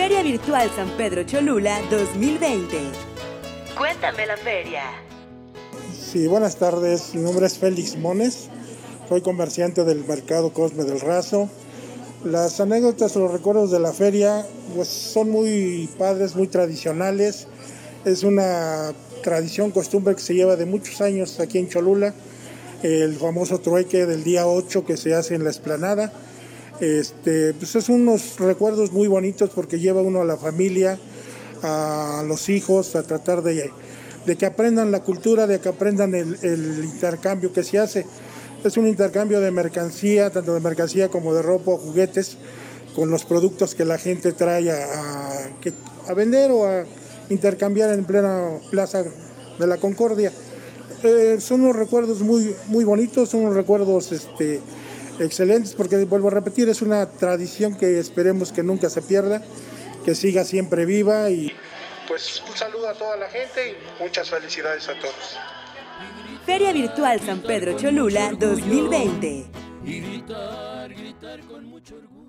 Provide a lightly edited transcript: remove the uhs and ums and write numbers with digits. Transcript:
Feria Virtual San Pedro Cholula 2020. Cuéntame la feria. Sí, buenas tardes. Mi nombre es Félix Mones. Soy comerciante del mercado Cosme del Razo. Las anécdotas o los recuerdos de la feria pues, son muy padres, muy tradicionales. Es una tradición, costumbre que se lleva de muchos años aquí en Cholula. El famoso trueque del día 8 que se hace en la explanada. Pues es unos recuerdos muy bonitos porque lleva uno a la familia, a los hijos, a tratar de que aprendan la cultura, de que aprendan el intercambio que se hace. Es un intercambio de mercancía, tanto de mercancía como de ropa o juguetes, con los productos que la gente trae a vender o a intercambiar en plena Plaza de la Concordia. Son unos recuerdos muy, muy bonitos, son unos recuerdos excelentes, porque vuelvo a repetir, es una tradición que esperemos que nunca se pierda, que siga siempre viva y pues un saludo a toda la gente y muchas felicidades a todos. Feria Virtual San Pedro Cholula 2020. Y gritar con mucho orgullo.